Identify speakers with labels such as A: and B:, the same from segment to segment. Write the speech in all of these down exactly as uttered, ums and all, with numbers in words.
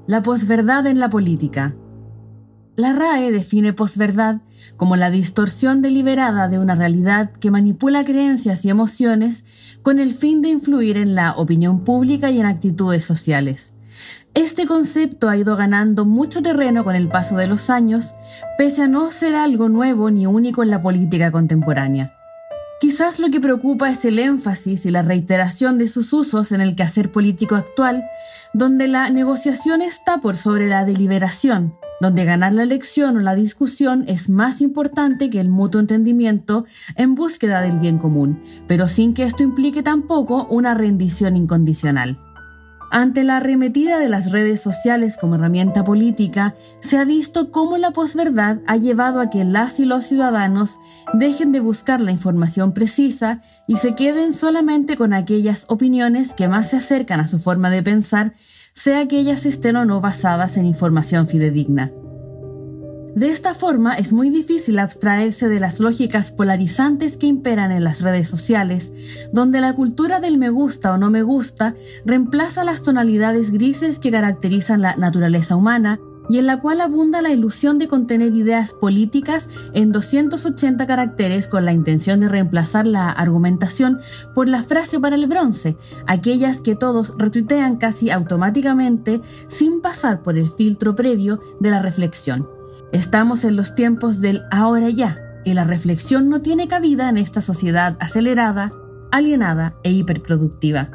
A: La posverdad en la política. La R A E define posverdad como la distorsión deliberada de una realidad que manipula creencias y emociones con el fin de influir en la opinión pública y en actitudes sociales. Este concepto ha ido ganando mucho terreno con el paso de los años, pese a no ser algo nuevo ni único en la política contemporánea. Quizás lo que preocupa es el énfasis y la reiteración de sus usos en el quehacer político actual, donde la negociación está por sobre la deliberación, donde ganar la elección o la discusión es más importante que el mutuo entendimiento en búsqueda del bien común, pero sin que esto implique tampoco una rendición incondicional. Ante la arremetida de las redes sociales como herramienta política, se ha visto cómo la posverdad ha llevado a que las y los ciudadanos dejen de buscar la información precisa y se queden solamente con aquellas opiniones que más se acercan a su forma de pensar, sea que ellas estén o no basadas en información fidedigna. De esta forma, es muy difícil abstraerse de las lógicas polarizantes que imperan en las redes sociales, donde la cultura del me gusta o no me gusta reemplaza las tonalidades grises que caracterizan la naturaleza humana y en la cual abunda la ilusión de contener ideas políticas en doscientos ochenta caracteres con la intención de reemplazar la argumentación por la frase para el bronce, aquellas que todos retuitean casi automáticamente sin pasar por el filtro previo de la reflexión. Estamos en los tiempos del ahora ya, y la reflexión no tiene cabida en esta sociedad acelerada, alienada e hiperproductiva.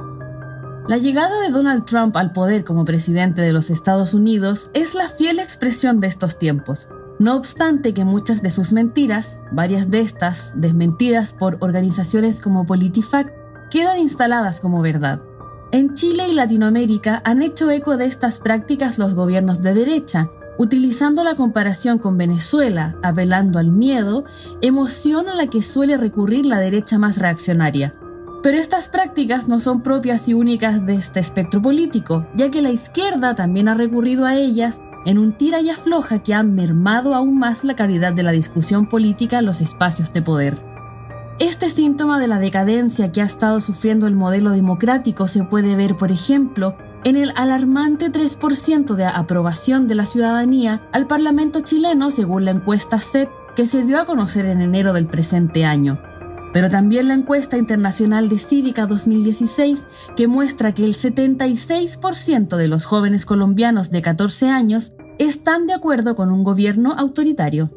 A: La llegada de Donald Trump al poder como presidente de los Estados Unidos es la fiel expresión de estos tiempos, no obstante que muchas de sus mentiras, varias de estas desmentidas por organizaciones como PolitiFact, quedan instaladas como verdad. En Chile y Latinoamérica han hecho eco de estas prácticas los gobiernos de derecha, utilizando la comparación con Venezuela, apelando al miedo, emoción a la que suele recurrir la derecha más reaccionaria. Pero estas prácticas no son propias y únicas de este espectro político, ya que la izquierda también ha recurrido a ellas en un tira y afloja que ha mermado aún más la calidad de la discusión política en los espacios de poder. Este síntoma de la decadencia que ha estado sufriendo el modelo democrático se puede ver, por ejemplo, en el alarmante tres por ciento de aprobación de la ciudadanía al Parlamento chileno según la encuesta C E P que se dio a conocer en enero del presente año. Pero también la encuesta internacional de Cívica dos mil dieciséis que muestra que el setenta y seis por ciento de los jóvenes colombianos de catorce años están de acuerdo con un gobierno autoritario.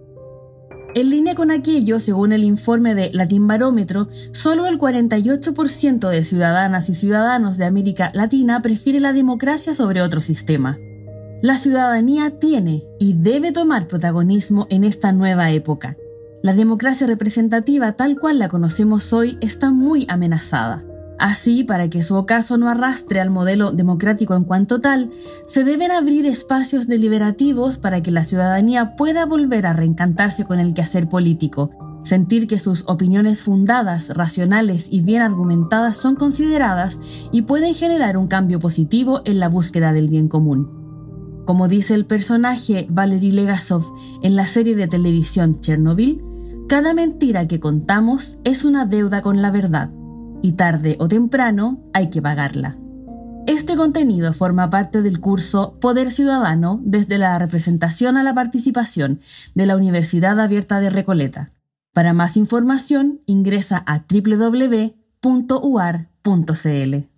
A: En línea con aquello, según el informe de Latinbarómetro, solo el cuarenta y ocho por ciento de ciudadanas y ciudadanos de América Latina prefiere la democracia sobre otro sistema. La ciudadanía tiene y debe tomar protagonismo en esta nueva época. La democracia representativa tal cual la conocemos hoy está muy amenazada. Así, para que su ocaso no arrastre al modelo democrático en cuanto tal, se deben abrir espacios deliberativos para que la ciudadanía pueda volver a reencantarse con el quehacer político, sentir que sus opiniones fundadas, racionales y bien argumentadas son consideradas y pueden generar un cambio positivo en la búsqueda del bien común. Como dice el personaje Valery Legasov en la serie de televisión Chernobyl, cada mentira que contamos es una deuda con la verdad. Y tarde o temprano hay que pagarla. Este contenido forma parte del curso Poder Ciudadano desde la representación a la participación de la Universidad Abierta de Recoleta. Para más información ingresa a doble u doble u doble u punto u a r punto c l.